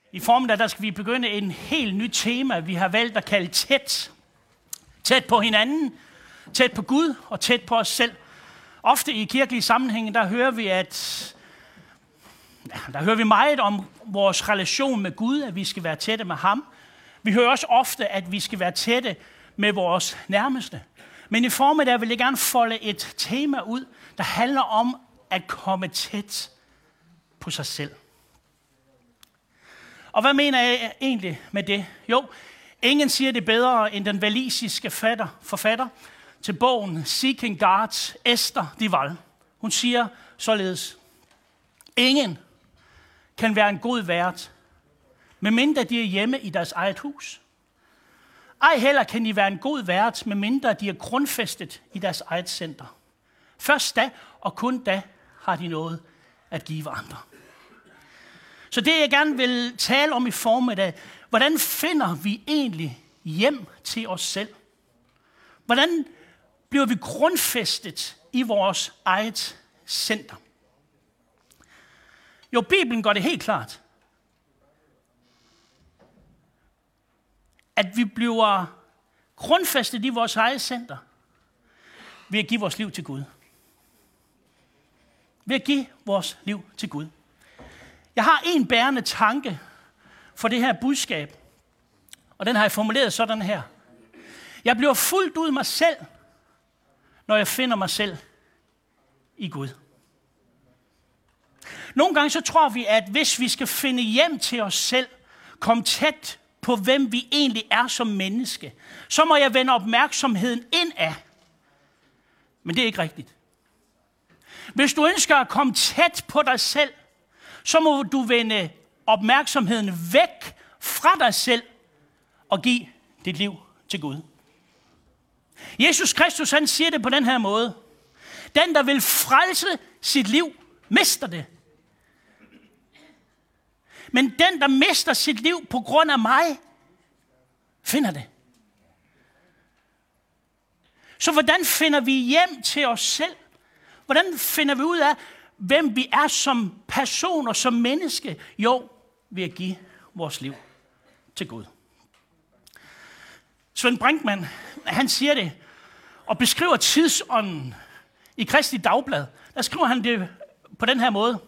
I formiddag, der skal vi begynde en helt nyt tema, vi har valgt at kalde tæt. Tæt på hinanden, tæt på Gud og tæt på os selv. Ofte i kirkelige sammenhænge, der hører vi meget om vores relation med Gud, at vi skal være tætte med ham. Vi hører også ofte, at vi skal være tætte med vores nærmeste. Men i formiddag vil jeg gerne folde et tema ud, der handler om at komme tæt på sig selv. Og hvad mener jeg egentlig med det? Jo, ingen siger det bedre end den walisiske forfatter til bogen Seeking God, Esther de Waal. Hun siger således: ingen kan være en god vært, medmindre de er hjemme i deres eget hus. Ej heller kan de være en god vært, medmindre de er grundfæstet i deres eget center. Først da, og kun da, har de noget at give andre. Så det, jeg gerne vil tale om i formiddag, hvordan finder vi egentlig hjem til os selv? Hvordan bliver vi grundfæstet i vores eget center? Jo, Bibelen gør det helt klart, at vi bliver grundfæstet i vores eget center ved at give vores liv til Gud. Ved at give vores liv til Gud. Jeg har en bærende tanke for det her budskab, og den har jeg formuleret sådan her. Jeg bliver fuldt ud mig selv, når jeg finder mig selv i Gud. Nogle gange så tror vi, at hvis vi skal finde hjem til os selv, komme tæt på, hvem vi egentlig er som menneske, så må jeg vende opmærksomheden indad. Men det er ikke rigtigt. Hvis du ønsker at komme tæt på dig selv, så må du vende opmærksomheden væk fra dig selv og give dit liv til Gud. Jesus Kristus, han siger det på den her måde: den, der vil frelse sit liv, mister det. Men den, der mister sit liv på grund af mig, finder det. Så hvordan finder vi hjem til os selv? Hvordan finder vi ud af, hvem vi er som personer, som menneske? Jo, ved at give vores liv til Gud. Svend Brinkmann, han siger det, og beskriver tidsånden i Kristi Dagblad. Der skriver han det på den her måde: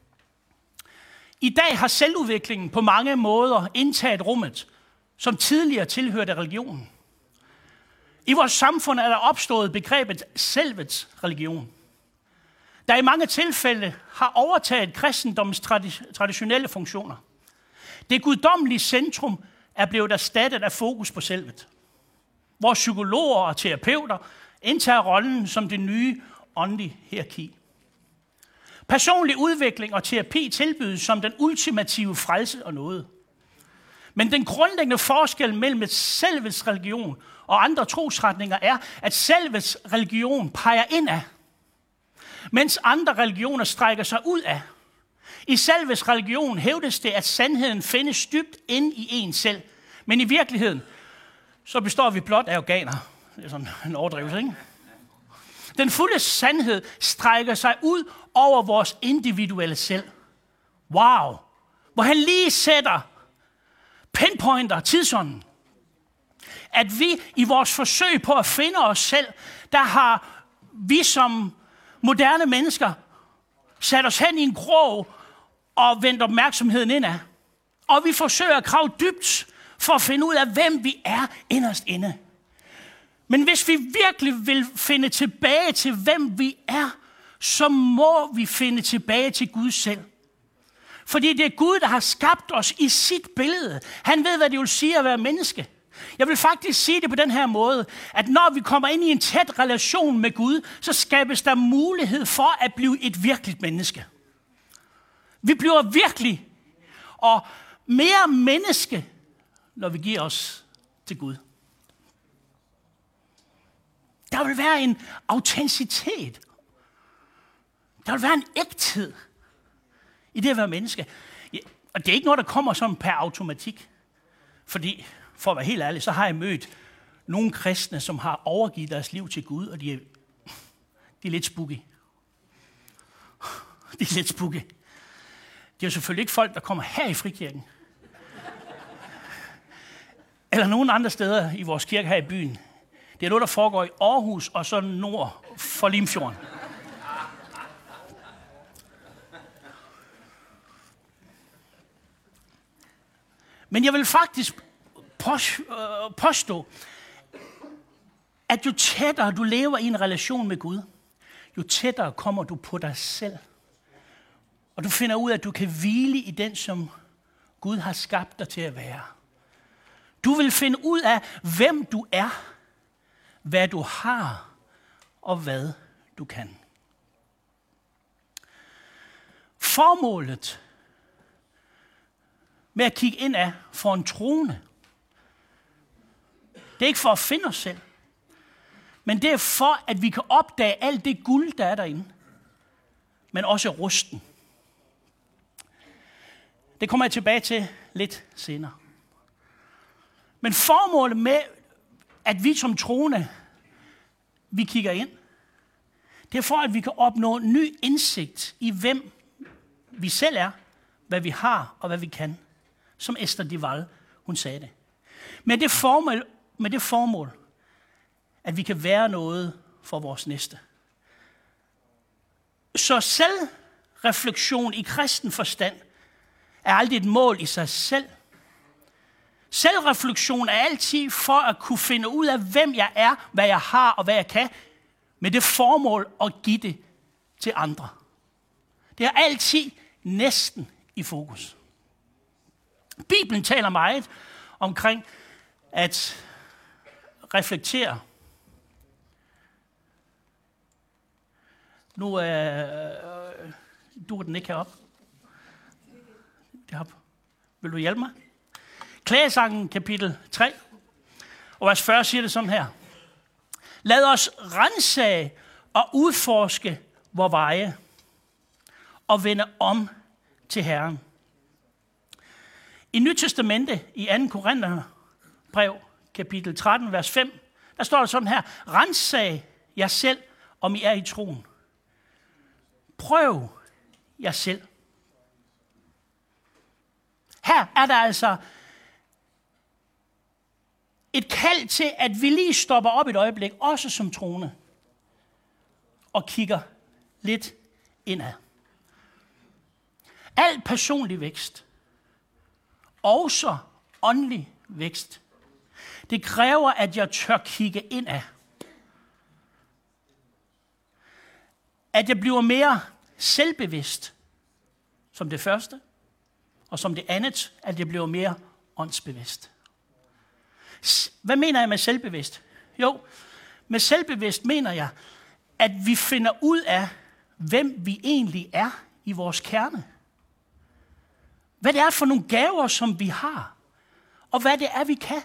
i dag har selvudviklingen på mange måder indtaget rummet, som tidligere tilhørte religionen. I vores samfund er der opstået begrebet selvets religion, der i mange tilfælde har overtaget kristendommens traditionelle funktioner. Det guddommelige centrum er blevet erstattet af fokus på selvet, hvor psykologer og terapeuter indtager rollen som det nye åndelige hierarki. Personlig udvikling og terapi tilbydes som den ultimative frelse og nåde. Men den grundlæggende forskel mellem et selvets religion og andre trosretninger er, at selvets religion peger indad, mens andre religioner strækker sig ud af. I selvets religion hævdes det, at sandheden findes dybt inde i en selv. Men i virkeligheden, så består vi blot af organer. Det er sådan en overdrivelse, ikke? Den fulde sandhed strækker sig ud over vores individuelle selv. Wow! Hvor han lige sætter pinpointer tidsånden. At vi i vores forsøg på at finde os selv, der har vi som moderne mennesker sat os hen i en krog og vendt opmærksomheden indad. Og vi forsøger at grave dybt for at finde ud af, hvem vi er inderst inde. Men hvis vi virkelig vil finde tilbage til, hvem vi er, så må vi finde tilbage til Gud selv. Fordi det er Gud, der har skabt os i sit billede. Han ved, hvad det vil sige at være menneske. Jeg vil faktisk sige det på den her måde, at når vi kommer ind i en tæt relation med Gud, så skabes der mulighed for at blive et virkeligt menneske. Vi bliver virkelig og mere menneske, når vi giver os til Gud. Der vil være en autenticitet. Der vil være en ægthed i det at være menneske. Ja, og det er ikke noget, der kommer sådan per automatik. Fordi, for at være helt ærlig, så har jeg mødt nogle kristne, som har overgivet deres liv til Gud, og de er lidt spooky. De er lidt spooky. Det er jo selvfølgelig ikke folk, der kommer her i frikirken. eller nogen andre steder i vores kirke her i byen. Det er noget, der foregår i Aarhus og så nord for Limfjorden. Men jeg vil faktisk påstå, at jo tættere du lever i en relation med Gud, jo tættere kommer du på dig selv. Og du finder ud af, at du kan hvile i den, som Gud har skabt dig til at være. Du vil finde ud af, hvem du er, hvad du har og hvad du kan. Formålet med at kigge ind af for en troende, det er ikke for at finde os selv, men det er for, at vi kan opdage alt det guld, der er derinde, men også rusten. Det kommer jeg tilbage til lidt senere. Men formålet med, at vi som troende, vi kigger ind, det er for, at vi kan opnå ny indsigt i, hvem vi selv er, hvad vi har og hvad vi kan. Som Esther Dival, hun sagde det. Med det formål, at vi kan være noget for vores næste. Så selvreflektion i kristen forstand er aldrig et mål i sig selv. Selvreflektion er altid for at kunne finde ud af, hvem jeg er, hvad jeg har og hvad jeg kan, med det formål at give det til andre. Det er altid næsten i fokus. Bibelen taler meget omkring at reflektere. Nu duer den ikke herop. Derop. Vil du hjælpe mig? Klagesangen kapitel 3, og vers 40 siger det sådan her. Lad os ransage og udforske vor veje og vende om til Herren. I Nyt Testamente, i 2. Korintherbrev, kapitel 13, vers 5, der står der sådan her. Ransag jer selv, om I er i troen. Prøv jer selv. Her er der altså et kald til, at vi lige stopper op et øjeblik, også som troende, og kigger lidt indad. Al personlig vækst, også åndelig vækst, det kræver, at jeg tør kigge indad. At jeg bliver mere selvbevidst, som det første, og som det andet, at jeg bliver mere åndsbevidst. Hvad mener jeg med selvbevidst? Jo, med selvbevidst mener jeg, at vi finder ud af, hvem vi egentlig er i vores kerne. Hvad det er for nogle gaver, som vi har, og hvad det er, vi kan.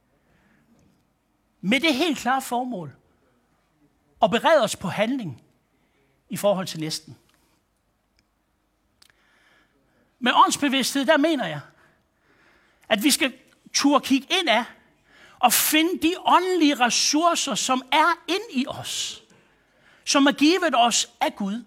Med det helt klare formål, at berede os på handling i forhold til næsten. Med åndsbevidsthed, der mener jeg, at vi skal turde kigge ind af og finde de åndelige ressourcer, som er inde i os, som er givet os af Gud.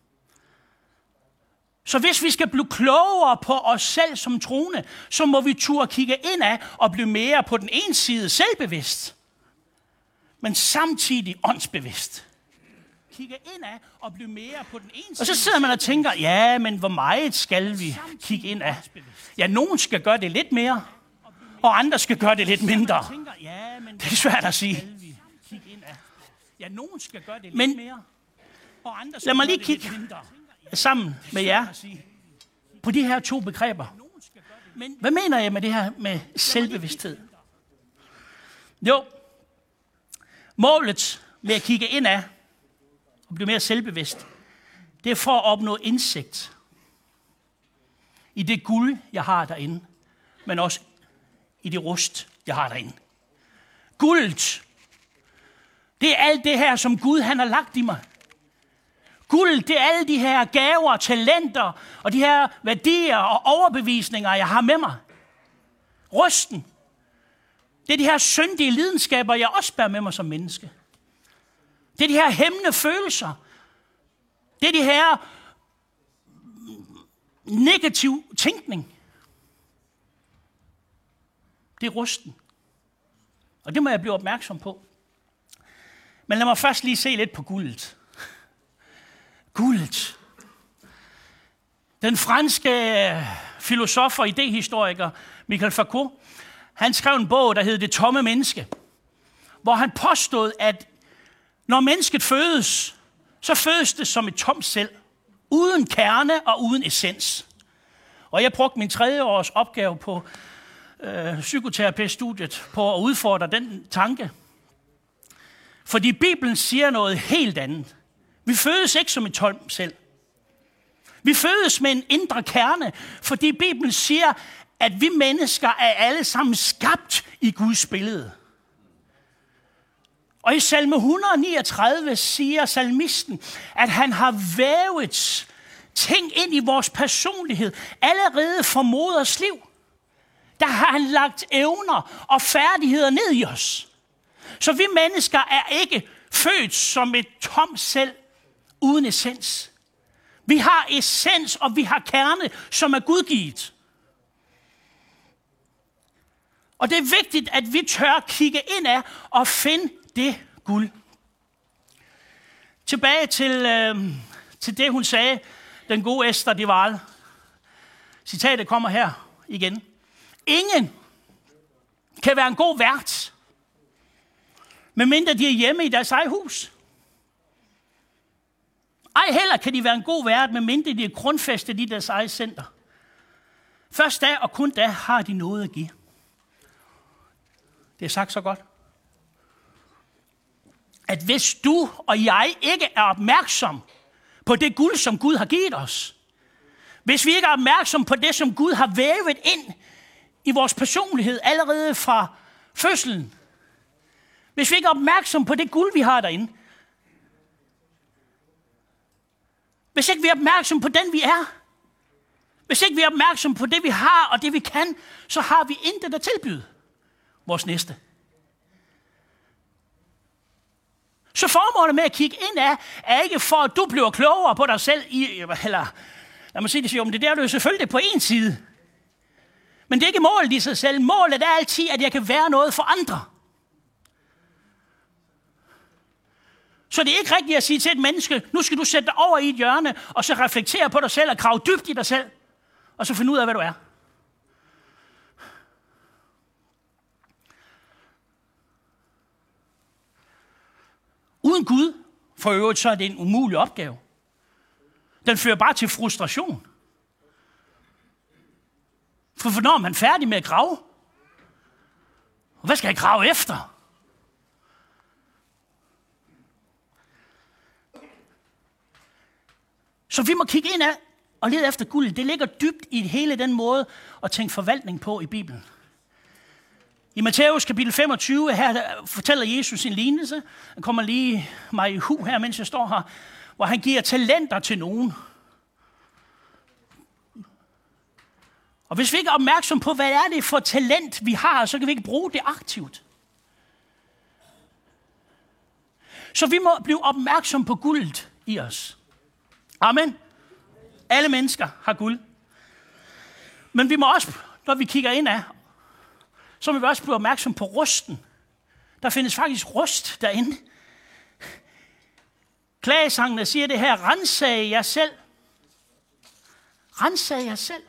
Så hvis vi skal blive klogere på os selv som troende, så må vi turde kigge ind af og blive mere på den ene side selvbevidst, men samtidig åndsbevidst. Kigge ind af og blive mere på den ene side. Og så sidder man og tænker, ja, men hvor meget skal vi kigge ind af? Ja, nogen skal gøre det lidt mere, og andre skal gøre det lidt mindre. Det er svært at sige. Men lad mig lige kigge sammen med jer på de her to begreber. Hvad mener jeg med det her med selvbevidsthed? Jo, målet med at kigge ind af og blive mere selvbevidst, det er for at opnå indsigt i det guld, jeg har derinde, men også i det rust, jeg har derinde. Guldet, det er alt det her, som Gud han har lagt i mig. Guld, det er alle de her gaver, talenter og de her værdier og overbevisninger, jeg har med mig. Rusten, det er de her syndige lidenskaber, jeg også bærer med mig som menneske. Det er de her hæmmende følelser. Det er de her negativ tænkning. Det er rusten. Og det må jeg blive opmærksom på. Men lad mig først lige se lidt på guldet. Guldet. Den franske filosof og idehistoriker Michel Foucault, han skrev en bog, der hed Det tomme menneske, hvor han påstod, at når mennesket fødes, så fødes det som et tomt selv, uden kerne og uden essens. Og jeg brugte min 3. års opgave på psykoterapeutstudiet på at udfordre den tanke. Fordi Bibelen siger noget helt andet. Vi fødes ikke som et tomt selv. Vi fødes med en indre kerne, fordi Bibelen siger, at vi mennesker er alle sammen skabt i Guds billede. Og i salme 139 siger salmisten, at han har vævet ting ind i vores personlighed, allerede fra moders liv. Der har han lagt evner og færdigheder ned i os. Så vi mennesker er ikke født som et tomt selv uden essens. Vi har essens, og vi har kerne, som er gudgivet. Og det er vigtigt, at vi tør kigge ind af og finde det guld. Tilbage til det, hun sagde, den gode Esther de Waal. Citatet kommer her igen. Ingen kan være en god vært, medmindre de er hjemme i deres eget hus. Ej heller kan de være en god vært, medmindre de er grundfæstet i deres eget center. Først da og kun da har de noget at give. Det er sagt så godt. At hvis du og jeg ikke er opmærksom på det guld, som Gud har givet os, hvis vi ikke er opmærksom på det, som Gud har vævet ind i vores personlighed allerede fra fødslen, hvis vi ikke er opmærksom på det guld, vi har derinde, hvis ikke vi er opmærksom på den, vi er, hvis ikke vi er opmærksom på det, vi har og det, vi kan, så har vi intet at tilbyde vores næste. Så formålet med at kigge ind af, er ikke for, at du bliver klogere på dig selv, eller lad mig sige det, jo, men det er jo selvfølgelig på en side. Men det er ikke målet i sig selv. Målet er altid, at jeg kan være noget for andre. Så det er ikke rigtigt at sige til et menneske, nu skal du sætte dig over i et hjørne, og så reflektere på dig selv og grave dybt i dig selv, og så finde ud af, hvad du er. Uden Gud, for øvrigt, så er det en umulig opgave. Den fører bare til frustration. For hvornår er man færdig med at grave? Og hvad skal jeg grave efter? Så vi må kigge ind af og lede efter guld. Det ligger dybt i hele den måde at tænke forvaltning på i Bibelen. I Matthæus kapitel 25, her fortæller Jesus en lignelse. Han kommer lige mig i hu her, mens jeg står her, hvor han giver talenter til nogen. Og hvis vi ikke er opmærksom på, hvad er det for talent, vi har, så kan vi ikke bruge det aktivt. Så vi må blive opmærksom på guldet i os. Amen. Alle mennesker har guld. Men vi må også, når vi kigger ind af, så må vi også blive opmærksom på rusten. Der findes faktisk rust derinde. Klagesangene siger det her, ransag jer selv. Ransag jer selv.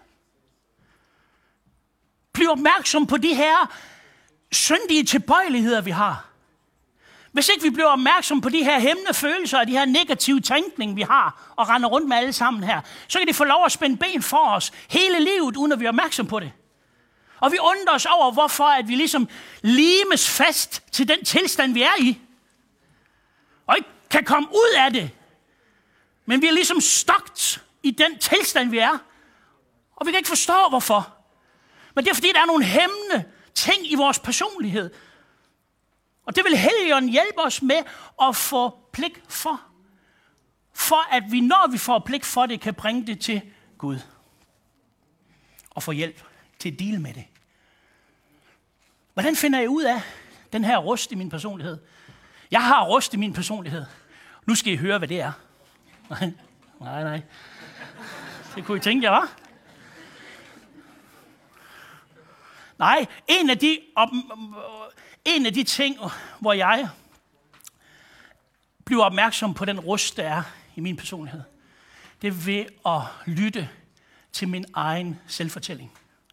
Bliv opmærksom på de her syndige tilbøjeligheder, vi har. Hvis ikke vi bliver opmærksom på de her hæmmende følelser og de her negative tænkning, vi har, og render rundt med alle sammen her, så kan det få lov at spænde ben for os hele livet, uden at vi er opmærksom på det. Og vi undrer os over, hvorfor at vi ligesom limes fast til den tilstand, vi er i. Og ikke kan komme ud af det. Men vi er ligesom stokt i den tilstand, vi er. Og vi kan ikke forstå, hvorfor. Men det er, fordi der er nogle hæmmende ting i vores personlighed. Og det vil Helligånden hjælpe os med at få blik for. For at vi, når vi får blik for det, kan bringe det til Gud. Og få hjælp til at deale med det. Hvordan finder jeg ud af den her rust i min personlighed? Jeg har rust i min personlighed. Nu skal I høre, hvad det er. Nej. Det kunne I tænke jer, hva'? Nej, en af de ting, hvor jeg bliver opmærksom på den rust, der er i min personlighed, det er ved at lytte til min egen selvfortælling.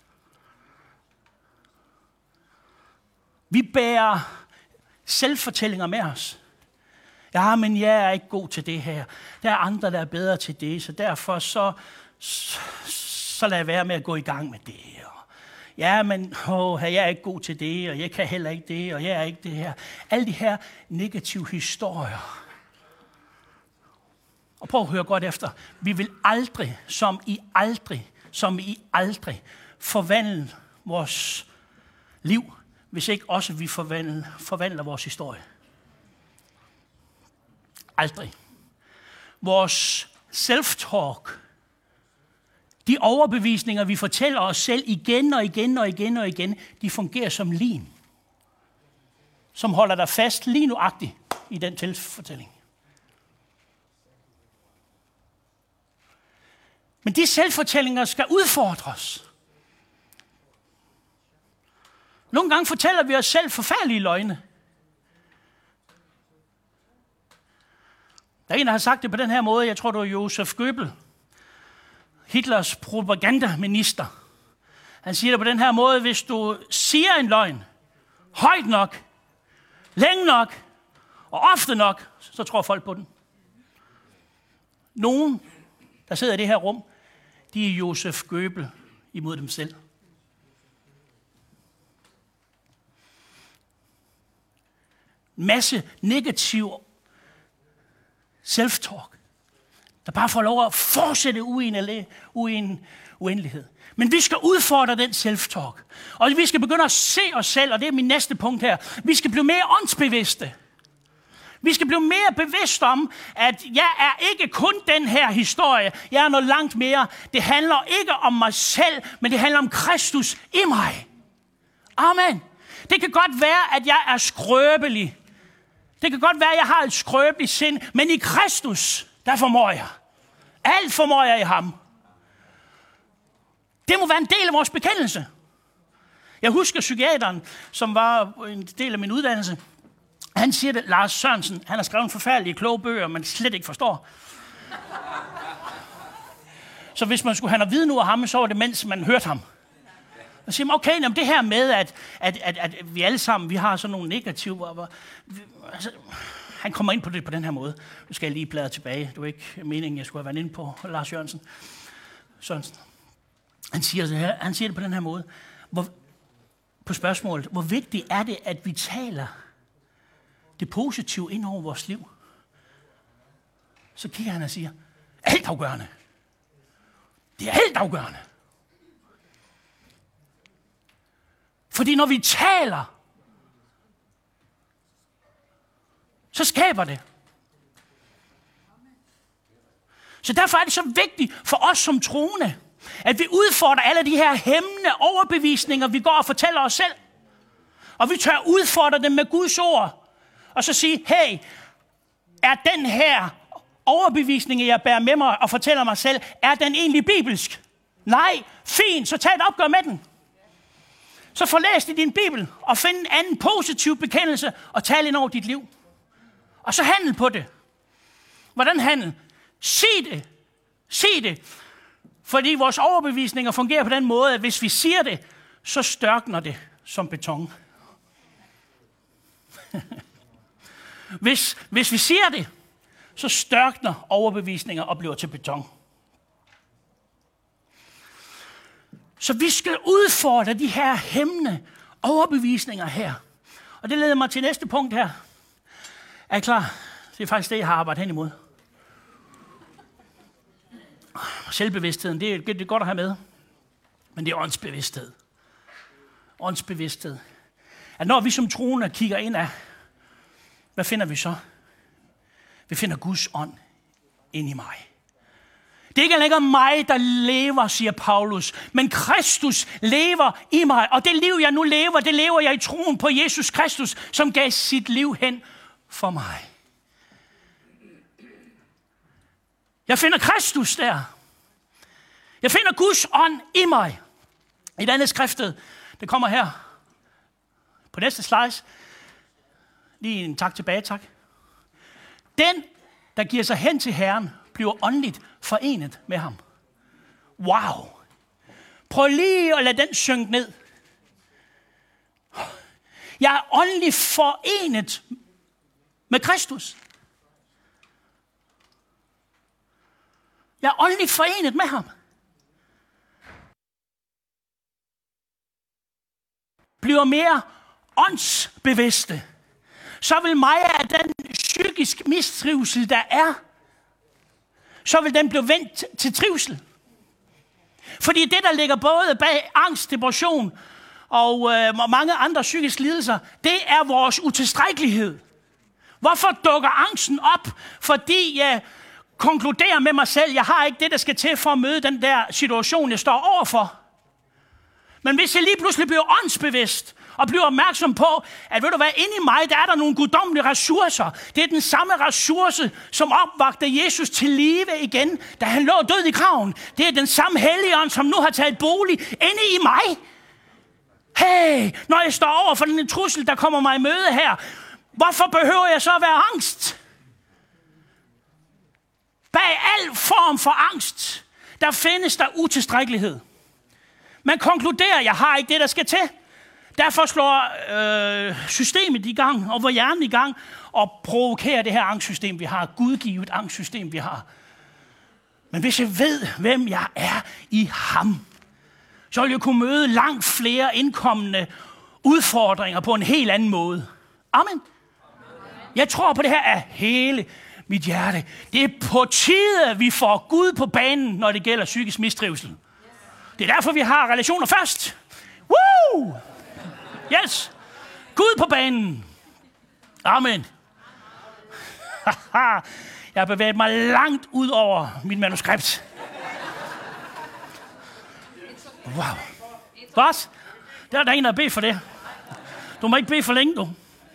Vi bærer selvfortællinger med os. Ja, men jeg er ikke god til det her. Der er andre, der er bedre til det, så derfor så lader jeg være med at gå i gang med det. Ja, men jeg er ikke god til det, og jeg kan heller ikke det, og jeg er ikke det her. Alle de her negative historier. Og prøv at høre godt efter. Vi vil aldrig, som i aldrig, forvandle vores liv, hvis ikke også vi forvandler vores historie. Aldrig. Vores self-talk, de overbevisninger, vi fortæller os selv igen og igen, de fungerer som lim, som holder dig fast lige nuagtigt i den tilfortælling. Men de selvfortællinger skal udfordres. Nogle gange fortæller vi os selv forfærdelige løgne. Der er en, der har sagt det på den her måde. Jeg tror, det var Josef Goebbels, Hitlers propagandaminister. Han siger det på den her måde: hvis du siger en løgn højt nok, længe nok og ofte nok, så tror folk på den. Nogen, der sidder i det her rum, de er Josef Goebbels imod dem selv. Masse negativ self-talk, der bare får lov at fortsætte uden en uendelighed. Men vi skal udfordre den self-talk. Og vi skal begynde at se os selv, og det er min næste punkt her. Vi skal blive mere åndsbevidste. Vi skal blive mere bevidste om, at jeg er ikke kun den her historie. Jeg er noget langt mere. Det handler ikke om mig selv, men det handler om Kristus i mig. Amen. Det kan godt være, at jeg er skrøbelig. Det kan godt være, at jeg har et skrøbeligt sind, men i Kristus, der formår jeg. Alt formår jeg i ham. Det må være en del af vores bekendelse. Jeg husker psykiateren, som var en del af min uddannelse. Han siger det, Lars Sørensen, han har skrevet en forfærdelig kloge bøger, man slet ikke forstår. Så hvis man skulle have noget viden ud af ham, så var det, mens man hørte ham. Og siger man, okay, jamen det her med, at vi alle sammen, vi har sådan nogle negative... Altså, han kommer ind på det på den her måde. Nu skal jeg lige bladre tilbage. Det var ikke meningen, jeg skulle have været inde på Lars Sørensen. Han siger det på den her måde. På spørgsmålet, hvor vigtigt er det, at vi taler det positive ind over vores liv? Så kigger han og siger, altafgørende. Det er altafgørende. Fordi når vi taler, så skaber det. Så derfor er det så vigtigt for os som troende, at vi udfordrer alle de her hæmmende overbevisninger, vi går og fortæller os selv. Og vi tør udfordre dem med Guds ord. Og så sige, hey, er den her overbevisning, jeg bærer med mig og fortæller mig selv, er den egentlig bibelsk? Nej, fint, så tag et opgør med den. Så få læst i din bibel og find en anden positiv bekendelse og tal ind over dit liv. Og så handle på det. Hvordan handle? Sig det. Fordi vores overbevisninger fungerer på den måde, at hvis vi siger det, så størkner det som beton. Hvis vi siger det, så størkner overbevisninger og bliver til beton. Så vi skal udfordre de her hæmmende overbevisninger her. Og det leder mig til næste punkt her. Er I klar? Det er faktisk det, jeg har arbejdet hen imod. Selvbevidstheden, det er godt at have med. Men det er åndsbevidsthed. Åndsbevidsthed. At når vi som troende kigger ind af, hvad finder vi så? Vi finder Guds ånd ind i mig. Det er ikke længere mig, der lever, siger Paulus, men Kristus lever i mig. Og det liv, jeg nu lever, det lever jeg i troen på Jesus Kristus, som gav sit liv hen for mig. Jeg finder Kristus der. Jeg finder Guds ånd i mig. I et andet skriftet, det kommer her På næste slice. Lige en tak tilbage, tak. Den, der giver sig hen til Herren, bliver åndeligt forenet med ham. Wow. Prøv lige at lade den synke ned. Jeg er åndeligt forenet med Kristus. Jeg er åndeligt forenet med ham. Bliver mere åndsbevidste. Så vil mig af den psykisk mistrivsel, der er, så vil den blive vendt til trivsel. Fordi det, der ligger både bag angst, depression og mange andre psykiske lidelser, det er vores utilstrækkelighed. Hvorfor dukker angsten op? Fordi jeg konkluderer med mig selv, jeg har ikke det, der skal til for at møde den der situation, jeg står overfor. Men hvis jeg lige pludselig bliver åndsbevidst, og bliver opmærksom på, at ved du hvad, inde i mig, der er der nogle guddommelige ressourcer. Det er den samme ressource, som opvagte Jesus til live igen, da han lå død i graven. Det er den samme Helligånd, som nu har taget bolig inde i mig. Hey, når jeg står over for den trussel, der kommer mig i møde her, hvorfor behøver jeg så at være angst? Bag al form for angst, der findes der utilstrækkelighed. Man konkluderer, at jeg har ikke det, der skal til. Derfor slår systemet i gang, og hvor hjernen i gang, og provokerer det her angstsystem, vi har. Gudgivet angstsystem, vi har. Men hvis jeg ved, hvem jeg er i ham, så vil jeg kunne møde langt flere indkommende udfordringer på en helt anden måde. Amen. Jeg tror på det her af hele mit hjerte. Det er på tide, at vi får Gud på banen, når det gælder psykisk mistrivsel. Det er derfor, vi har relationer først. Woo! Yes. Gud på banen. Amen. Jeg har bevæget mig langt ud over mit manuskript. Wow. Hvad? Der er der en, der beder for det. Du må ikke bede for længe, du.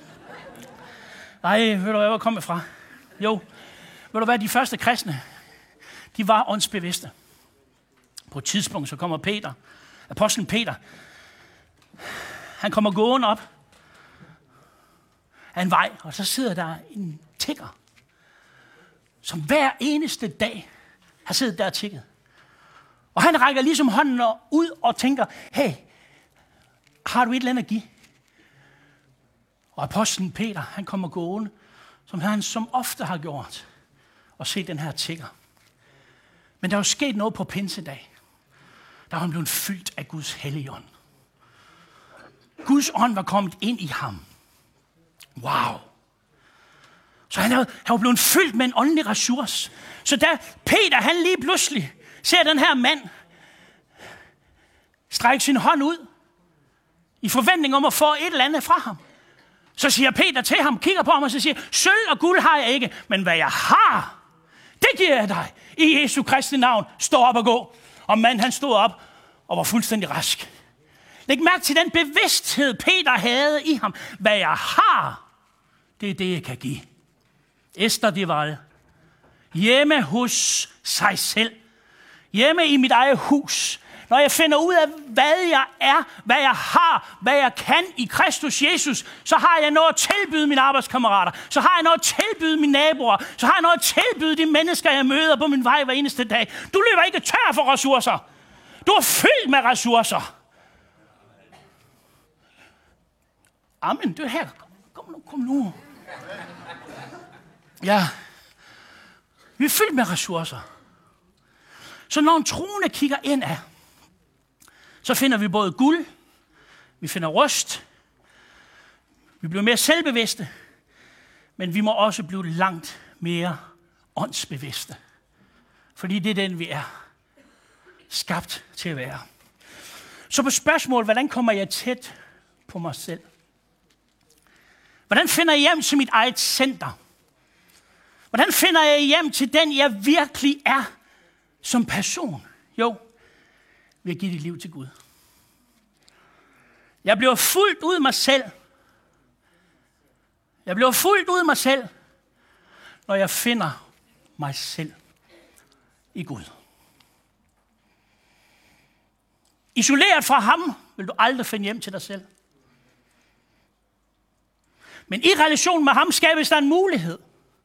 Nej, ved du hvad, hvor kom jeg fra? Jo, ved du hvad, de første kristne, de var åndsbevidste. På et tidspunkt, så kommer Peter, apostlen Peter, han kommer gående op af en vej, og så sidder der en tigger, som hver eneste dag har siddet der og tigget. Og han rækker ligesom hånden ud og tænker, hey, har du et eller andet at give? Og apostlen Peter, han kommer gående, som han som ofte har gjort, og set den her tigger. Men der er jo sket noget på pinsedag. Der var han blevet fyldt af Guds Helligånd. Guds ånd var kommet ind i ham. Wow. Så han var blevet fyldt med en åndelig ressource. Så da Peter, han lige pludselig ser den her mand strække sin hånd ud i forventning om at få et eller andet fra ham, så siger Peter til ham, kigger på ham og så siger, sølv og guld har jeg ikke, men hvad jeg har, det giver jeg dig. I Jesu Kristi navn, stå op og gå. Og manden, han stod op og var fuldstændig rask. Læg mærke til den bevidsthed, Peter havde i ham. Hvad jeg har, det er det, jeg kan give. Esther, det var det. Hjemme hos sig selv. Hjemme i mit eget hus. Når jeg finder ud af, hvad jeg er, hvad jeg har, hvad jeg kan i Kristus Jesus, så har jeg noget at tilbyde mine arbejdskammerater. Så har jeg noget at tilbyde mine naboer. Så har jeg noget at tilbyde de mennesker, jeg møder på min vej hver eneste dag. Du løber ikke tør for ressourcer. Du er fyldt med ressourcer. Amen, du er her. Kom nu. Ja. Vi er fyldt med ressourcer. Så når en troende kigger ind af, så finder vi både guld, vi finder rust, vi bliver mere selvbevidste, men vi må også blive langt mere åndsbevidste. Fordi det er den, vi er skabt til at være. Så på spørgsmålet, hvordan kommer jeg tæt på mig selv? Hvordan finder jeg hjem til mit eget center? Hvordan finder jeg hjem til den, jeg virkelig er som person? Jo, ved at give dit liv til Gud. Jeg bliver fuldt ud af mig selv. Jeg bliver fuldt ud af mig selv, når jeg finder mig selv i Gud. Isoleret fra ham vil du aldrig finde hjem til dig selv. Men i relation med ham skabes der en mulighed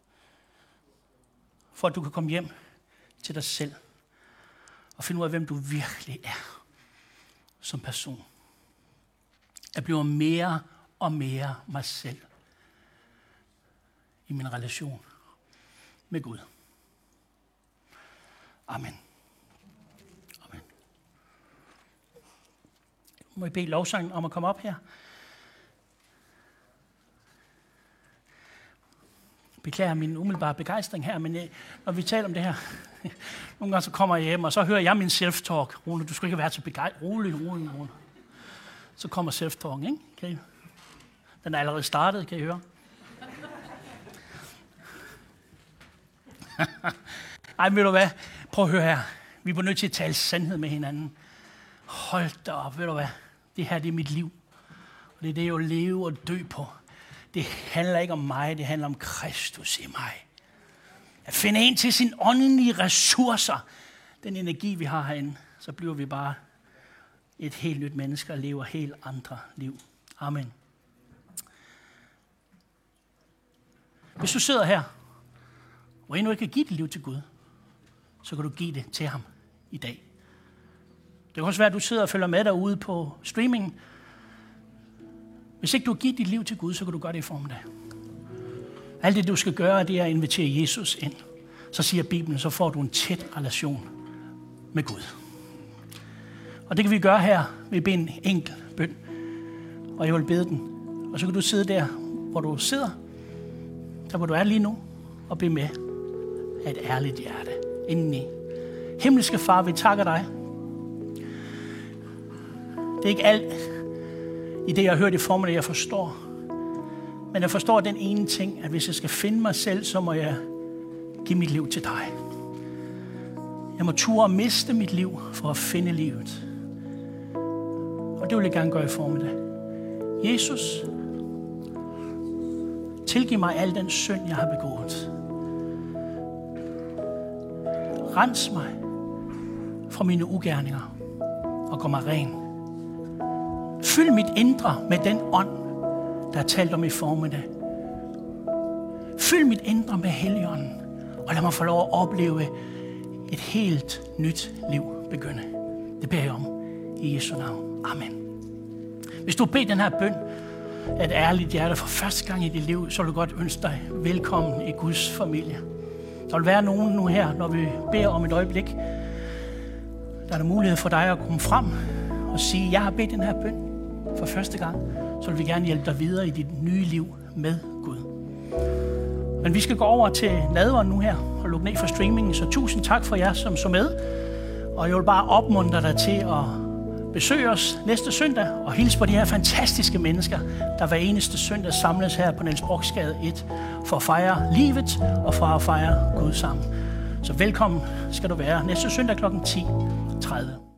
for, at du kan komme hjem til dig selv og finde ud af, hvem du virkelig er som person. Jeg bliver mere og mere mig selv i min relation med Gud. Amen. Amen. Må jeg bede lovsangen om at komme op her? Beklager min umiddelbare begejstring her, men når vi taler om det her, nogle gange så kommer jeg hjem, og så hører jeg min self-talk. Rune, du skal ikke være så begejstret. Rolig. Så kommer self-talk, ikke? Okay. Den er allerede startet, kan I høre? Ej, ved du hvad? Prøv at høre her. Vi er nødt til at tale sandhed med hinanden. Hold da op, ved du hvad? Det her, det er mit liv. Og det er det, jeg lever og dø på. Det handler ikke om mig, det handler om Kristus i mig. At finde ind til sine åndelige ressourcer. Den energi, vi har herinde, så bliver vi bare et helt nyt menneske og lever helt andre liv. Amen. Hvis du sidder her, og endnu ikke kan give dit liv til Gud, så kan du give det til ham i dag. Det kan også være, at du sidder og følger med derude på streamingen. Hvis ikke du har givet dit liv til Gud, så kan du gøre det i formiddag. Alt det, du skal gøre, det er at invitere Jesus ind. Så siger Bibelen, så får du en tæt relation med Gud. Og det kan vi gøre her. Vi beder en enkel bøn. Og jeg vil bede den. Og så kan du sidde der, hvor du sidder. Der hvor du er lige nu. Og bede med af et ærligt hjerte indeni. Himmelske Far, vi takker dig. Det er ikke alt i det, jeg har hørt i formiddag, jeg forstår. Men jeg forstår den ene ting, at hvis jeg skal finde mig selv, så må jeg give mit liv til dig. Jeg må ture og miste mit liv for at finde livet. Og det vil jeg gerne gøre i formiddag. Jesus, tilgiv mig al den synd, jeg har begået. Rens mig fra mine ugerninger og gør mig ren. Fyld mit indre med den ånd, der er talt om i formiddag. Fyld mit indre med Helligånden, og lad mig få lov at opleve et helt nyt liv begynde. Det beder jeg om i Jesu navn. Amen. Hvis du beder den her bøn af et ærligt hjerte for første gang i dit liv, så vil du godt ønske dig velkommen i Guds familie. Der vil være nogen nu her, når vi beder om et øjeblik, der er der mulighed for dig at komme frem og sige, jeg har bedt den her bøn for første gang, så vil vi gerne hjælpe dig videre i dit nye liv med Gud. Men vi skal gå over til nadveren nu her og lukke ned for streamingen, så tusind tak for jer, som så med. Og jeg vil bare opmuntre dig til at besøge os næste søndag og hilse på de her fantastiske mennesker, der hver eneste søndag samles her på Niels Broksgade 1 for at fejre livet og for at fejre Gud sammen. Så velkommen skal du være næste søndag kl. 10:30.